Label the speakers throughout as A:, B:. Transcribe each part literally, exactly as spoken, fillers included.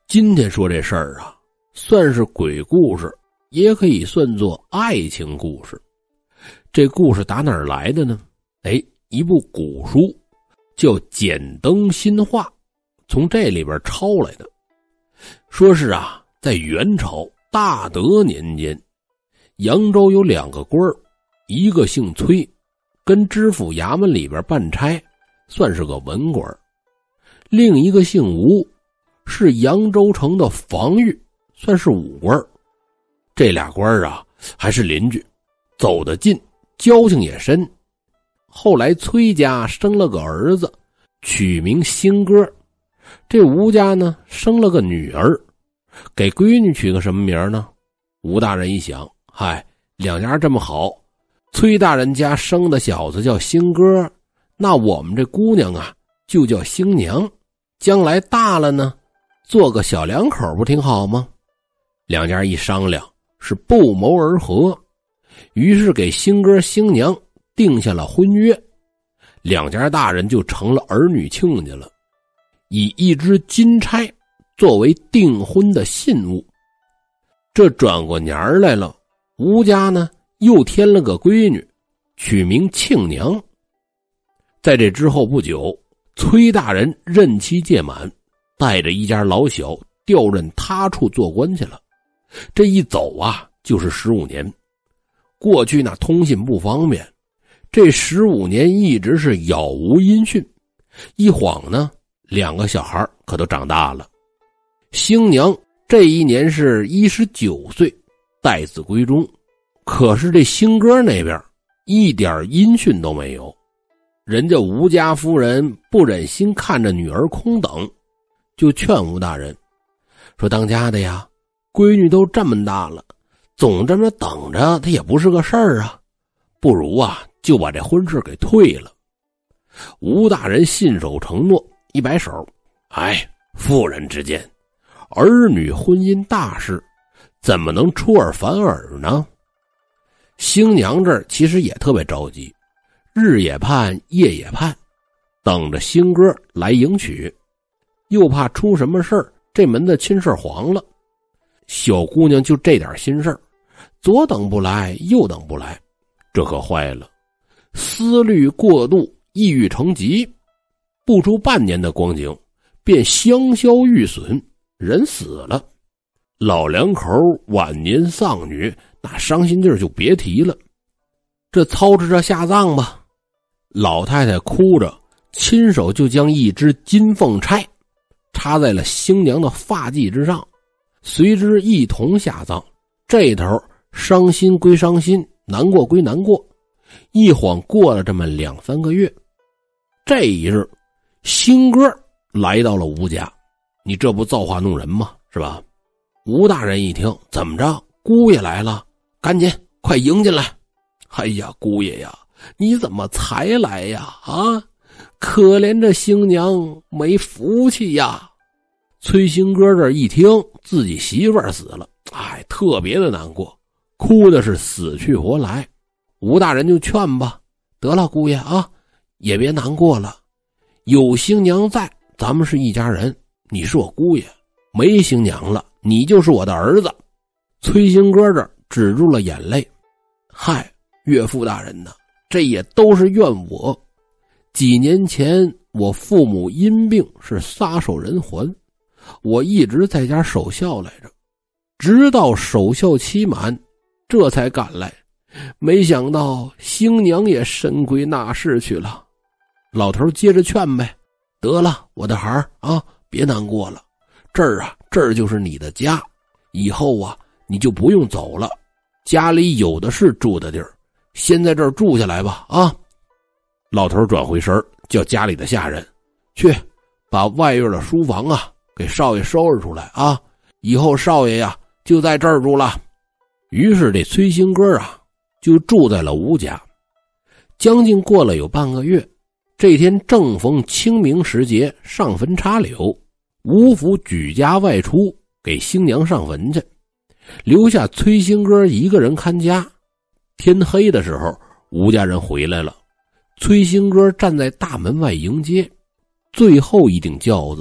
A: 今天说这事儿啊，算是鬼故事，也可以算作爱情故事。这故事打哪儿来的呢？哎，一部古书叫《简登新话》，从这里边抄来的。说是啊，在元朝大德年间，扬州有两个官儿，一个姓崔，跟知府衙门里边办差，算是个文官；另一个姓吴，是扬州城的防御，算是武官。这俩官啊，还是邻居，走得近，交情也深。后来崔家生了个儿子，取名兴哥。这吴家呢，生了个女儿，给闺女取个什么名呢？吴大人一想，嗨，两家这么好，崔大人家生的小子叫兴哥，那我们这姑娘啊，就叫兴娘。将来大了呢，做个小两口不挺好吗？两家一商量，是不谋而合，于是给兴哥兴娘定下了婚约，两家大人就成了儿女亲家了，以一只金钗作为订婚的信物。这转过年来了，吴家呢又添了个闺女，取名庆娘。在这之后不久，崔大人任期届满，带着一家老小调任他处做官去了。这一走啊，就是十五年。过去那通信不方便，这十五年一直是杳无音讯。一晃呢，两个小孩可都长大了。兴娘这一年是一十九岁，待子闺中。可是这兴哥那边一点音讯都没有。人家吴家夫人不忍心看着女儿空等，就劝吴大人说，当家的呀，闺女都这么大了，总这么等着她也不是个事儿啊，不如啊就把这婚事给退了。吴大人信守承诺，一摆手，哎，妇人之见，儿女婚姻大事怎么能出尔反尔呢？兴娘这儿其实也特别着急，日也盼夜也盼，等着兴哥来迎娶，又怕出什么事儿，这门的亲事黄了。小姑娘就这点心事儿，左等不来右等不来，这可坏了，思虑过度，抑郁成疾，不出半年的光景，便香消玉损，人死了。老两口晚年丧女，那伤心劲儿就别提了。这操持着下葬吧，老太太哭着，亲手就将一只金凤钗插在了兴娘的发髻之上，随之一同下葬。这头伤心归伤心，难过归难过。一晃过了这么两三个月，这一日，兴哥来到了吴家。你这不造化弄人吗？是吧？吴大人一听，怎么着，姑爷来了，赶紧快迎进来。哎呀，姑爷呀，你怎么才来呀？啊，可怜这兴娘没福气呀。崔兴哥这一听自己媳妇儿死了，哎，特别的难过，哭的是死去活来。吴大人就劝吧，得了姑爷啊，也别难过了，有兴娘在，咱们是一家人，你是我姑爷，没兴娘了，你就是我的儿子。崔兴哥这止住了眼泪，嗨，岳父大人呢，这也都是怨我。几年前我父母因病是撒手人寰，我一直在家守孝来着，直到守孝期满，这才赶来。没想到兴娘也神归那世去了。老头接着劝呗，得了，我的孩儿啊，别难过了，这儿啊，这儿就是你的家，以后啊，你就不用走了，家里有的是住的地儿，先在这儿住下来吧啊！老头转回身，叫家里的下人去把外院的书房啊给少爷收拾出来啊，以后少爷呀就在这儿住了。于是这崔兴哥啊就住在了吴家。将近过了有半个月，这天正逢清明时节，上坟插柳，吴府举家外出给兴娘上坟去，留下崔兴哥一个人看家。天黑的时候，吴家人回来了，崔兴哥站在大门外迎接，最后一顶轿子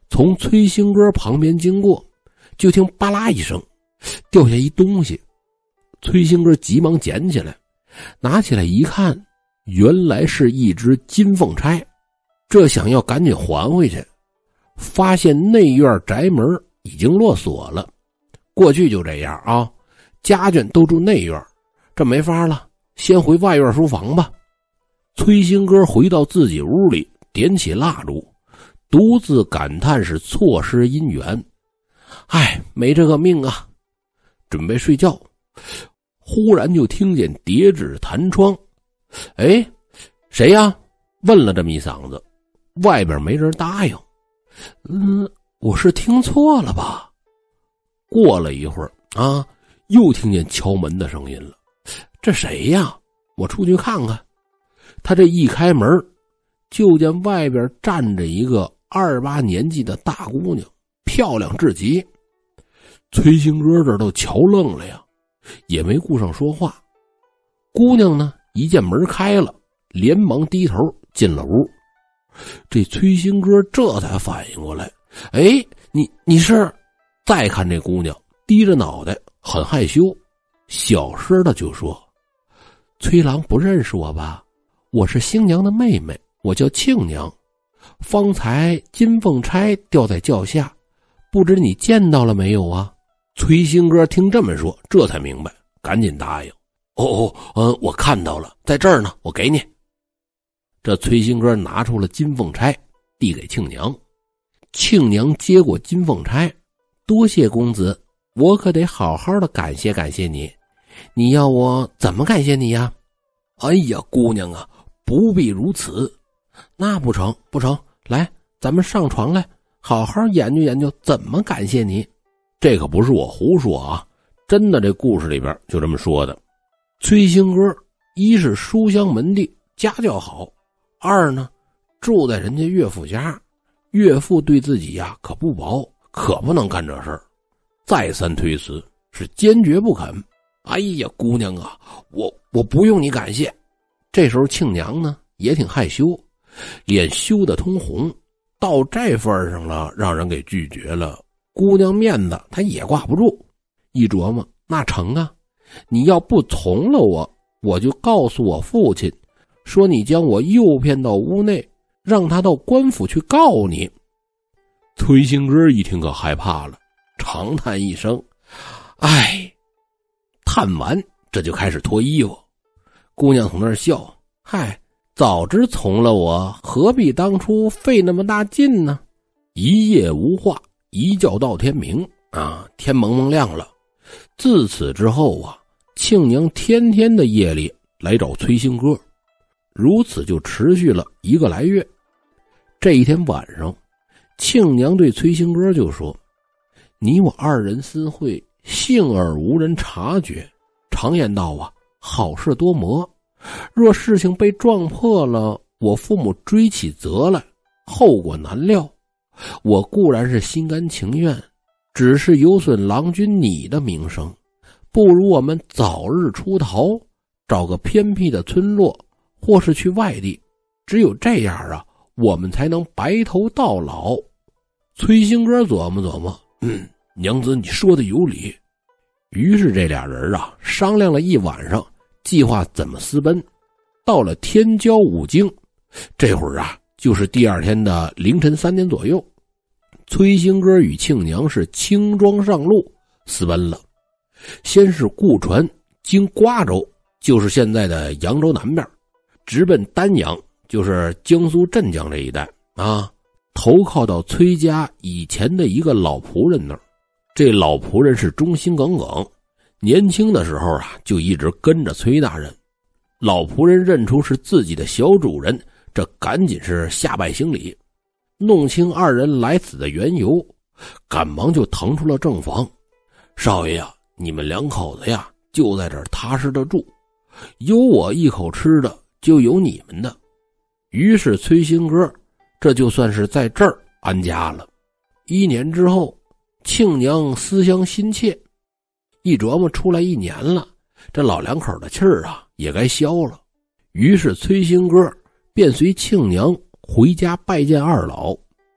A: 从崔兴哥旁边经过，就听吧啦一声，掉下一东西。崔兴哥急忙捡起来，拿起来一看，原来是一只金凤钗。这想要赶紧还回去，发现内院宅门已经落锁了。过去就这样啊，家眷都住内院，这没法了，先回外院书房吧。崔兴哥回到自己屋里，点起蜡烛，独自感叹是错失姻缘。哎，没这个命啊！准备睡觉，忽然就听见叠纸弹窗。哎，谁呀？问了这么一嗓子，外边没人答应。嗯，我是听错了吧？过了一会儿啊，又听见敲门的声音了。这谁呀？我出去看看。他这一开门，就见外边站着一个二八年纪的大姑娘，漂亮至极。崔兴哥这都瞧愣了呀，也没顾上说话。姑娘呢，一见门开了，连忙低头进了屋。这崔兴哥这才反应过来，哎，你你是？再看这姑娘低着脑袋，很害羞，小声的就说：“崔郎不认识我吧？我是新娘的妹妹，我叫庆娘。方才金凤钗掉在脚下，不知你见到了没有啊？”崔兴哥听这么说，这才明白，赶紧答应：“哦哦，嗯，我看到了，在这儿呢，我给你。”这崔兴哥拿出了金凤钗，递给庆娘。庆娘接过金凤钗，多谢公子，我可得好好的感谢感谢你。你要我怎么感谢你呀？哎呀，姑娘啊，不必如此。那不成不成，来，咱们上床来，好好研究研究怎么感谢你。这可不是我胡说啊，真的，这故事里边就这么说的。崔兴哥一是书香门第，家教好；二呢，住在人家岳父家，岳父对自己呀可不薄，可不能干这事儿。再三推辞，是坚决不肯。哎呀，姑娘啊，我我不用你感谢。这时候庆娘呢也挺害羞，脸羞得通红，到这份上了，让人给拒绝了，姑娘面子她也挂不住。一琢磨，那成啊，你要不从了我，我就告诉我父亲，说你将我诱骗到屋内，让他到官府去告你。崔兴哥一听可害怕了，长叹一声，唉。叹完，这就开始脱衣服。姑娘从那儿笑，嗨，早知从了我，何必当初费那么大劲呢？一夜无话，一觉到天明啊，天蒙蒙亮了。自此之后啊，庆娘天天的夜里来找崔兴哥，如此就持续了一个来月。这一天晚上，庆娘对崔兴哥就说：“你我二人私会，幸而无人察觉。常言道啊，好事多磨。若事情被撞破了，我父母追起责来，后果难料。我固然是心甘情愿，只是有损郎君你的名声。不如我们早日出逃，找个偏僻的村落，或是去外地。只有这样啊，我们才能白头到老。”崔兴哥琢磨琢磨，嗯，娘子你说的有理。于是这俩人啊商量了一晚上，计划怎么私奔。到了天交五更，这会儿啊就是第二天的凌晨三点左右，崔兴哥与庆娘是轻装上路私奔了。先是雇船经瓜州，就是现在的扬州南边，直奔丹阳，就是江苏镇江这一带啊，投靠到崔家以前的一个老仆人那儿。这老仆人是忠心耿耿，年轻的时候啊就一直跟着崔大人。老仆人认出是自己的小主人，这赶紧是下拜行礼，弄清二人来此的缘由，赶忙就腾出了正房。少爷呀，你们两口子呀就在这儿踏实的住，有我一口吃的，就有你们的。于是崔兴哥这就算是在这儿安家了。一年之后，庆娘思乡心切，一琢磨出来一年了，这老两口的气儿啊也该消了。于是崔兴哥便随庆娘回家拜见二老。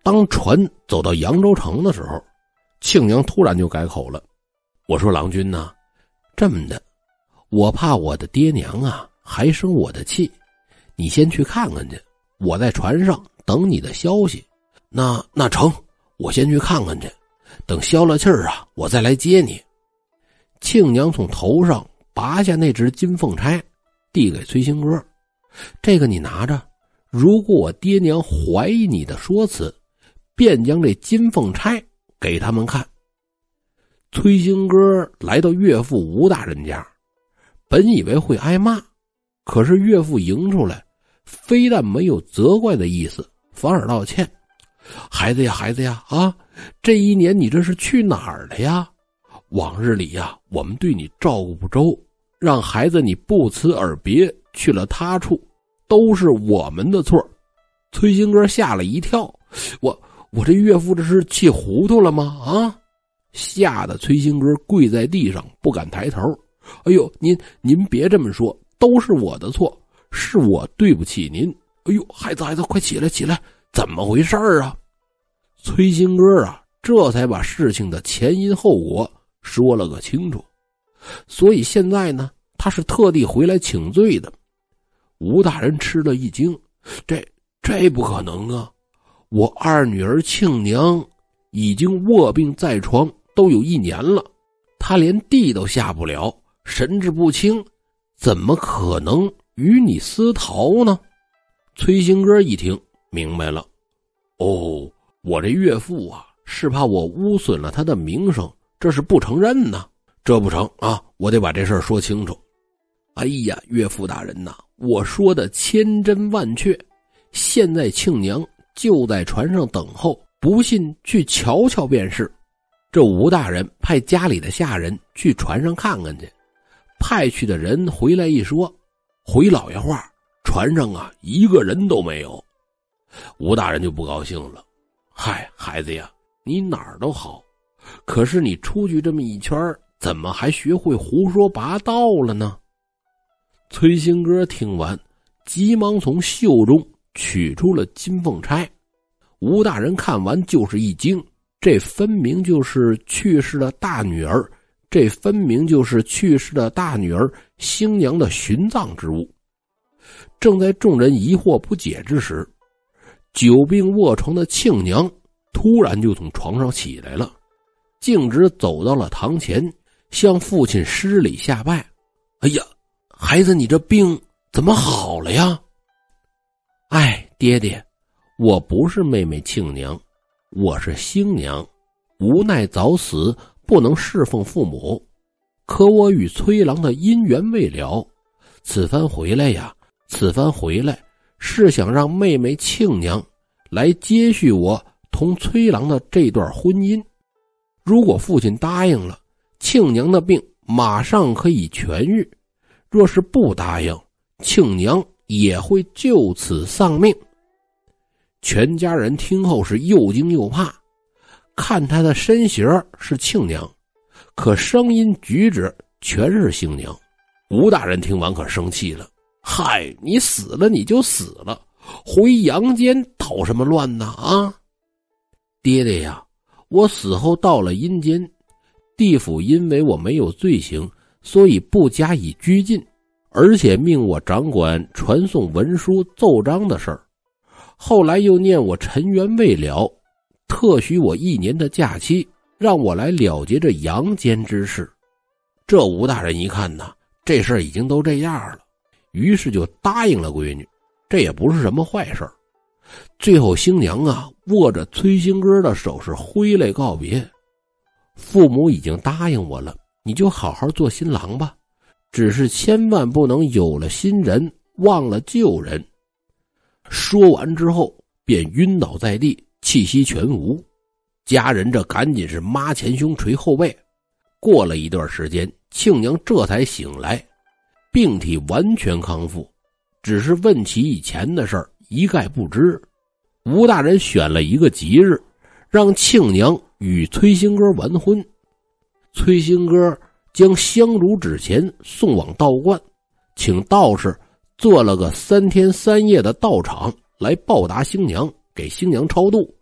A: 当船走到扬州城的时候，庆娘突然就改口了。我说郎君呐，这么的，我怕我的爹娘啊还生我的气，你先去看看去，我在船上等你的消息。那那成，我先去看看去，等消了气儿啊，我再来接你。庆娘从头上拔下那只金凤钗，递给崔新哥，这个你拿着，如果我爹娘怀疑你的说辞，便将这金凤钗给他们看。崔新哥来到岳父吴大人家，本以为会挨骂，可是岳父迎出来，非但没有责怪的意思，反而道歉。孩子呀孩子呀啊，这一年你这是去哪儿了呀？往日里呀，我们对你照顾不周，让孩子你不辞而别去了他处，都是我们的错。崔新哥吓了一跳，我我这岳父这是气糊涂了吗？啊！吓得崔新哥跪在地上不敢抬头。哎呦，您您别这么说，都是我的错，是我对不起您。哎呦，孩子孩子，快起来起来，怎么回事啊？崔新哥啊，这才把事情的前因后果说了个清楚。所以现在呢，他是特地回来请罪的。吴大人吃了一惊，这这不可能啊！我二女儿庆娘已经卧病在床都有一年了，她连地都下不了，神志不清，怎么可能与你私逃呢？崔新哥一听明白了，哦，我这岳父啊，是怕我污损了他的名声，这是不承认呢。这不成啊，我得把这事儿说清楚。哎呀，岳父大人呐，我说的千真万确，现在庆娘就在船上等候，不信去瞧瞧便是。这吴大人派家里的下人去船上看看去，派去的人回来一说，回老爷话，船上啊一个人都没有。吴大人就不高兴了，嗨，孩子呀，你哪儿都好，可是你出去这么一圈，怎么还学会胡说八道了呢？崔新哥听完，急忙从袖中取出了金凤钗。吴大人看完就是一惊，这分明就是去世的大女儿，这分明就是去世的大女儿新娘的殉葬之物。正在众人疑惑不解之时，久病卧床的庆娘突然就从床上起来了，径直走到了堂前，向父亲施礼下拜。哎呀，孩子，你这病怎么好了呀？哎，爹爹，我不是妹妹庆娘，我是新娘，无奈早死，不能侍奉父母。可我与崔郎的姻缘未了，此番回来呀，此番回来是想让妹妹庆娘来接续我同崔郎的这段婚姻。如果父亲答应了，庆娘的病马上可以痊愈；若是不答应，庆娘也会就此丧命。全家人听后是又惊又怕，看他的身形是庆娘，可声音举止全是新娘。吴大人听完可生气了，嗨，你死了你就死了，回阳间捣什么乱呢？啊，爹爹呀，我死后到了阴间，地府因为我没有罪行，所以不加以拘禁，而且命我掌管传送文书奏章的事儿。后来又念我尘缘未了，特许我一年的假期，让我来了结这阳间之事。这吴大人一看呢，这事儿已经都这样了，于是就答应了闺女，这也不是什么坏事儿。最后新娘啊，握着崔新哥的手是挥泪告别，父母已经答应我了，你就好好做新郎吧，只是千万不能有了新人忘了旧人。说完之后便晕倒在地，气息全无。家人这赶紧是抹前胸捶后背。过了一段时间，庆娘这才醒来，病体完全康复，只是问起以前的事儿一概不知。吴大人选了一个吉日，让庆娘与崔新哥完婚。崔新哥将香烛纸钱送往道观，请道士做了个三天三夜的道场来报答新娘，给新娘超度。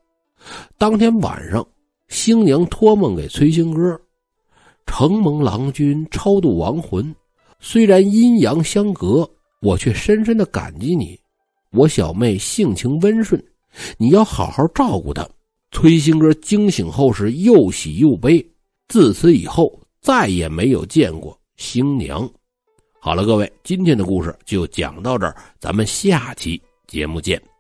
A: 当天晚上，星娘托梦给崔星哥：承蒙郎君超度亡魂，虽然阴阳相隔，我却深深的感激你。我小妹性情温顺，你要好好照顾她。崔星哥惊醒后是又喜又悲，自此以后再也没有见过星娘。好了，各位，今天的故事就讲到这儿，咱们下期节目见。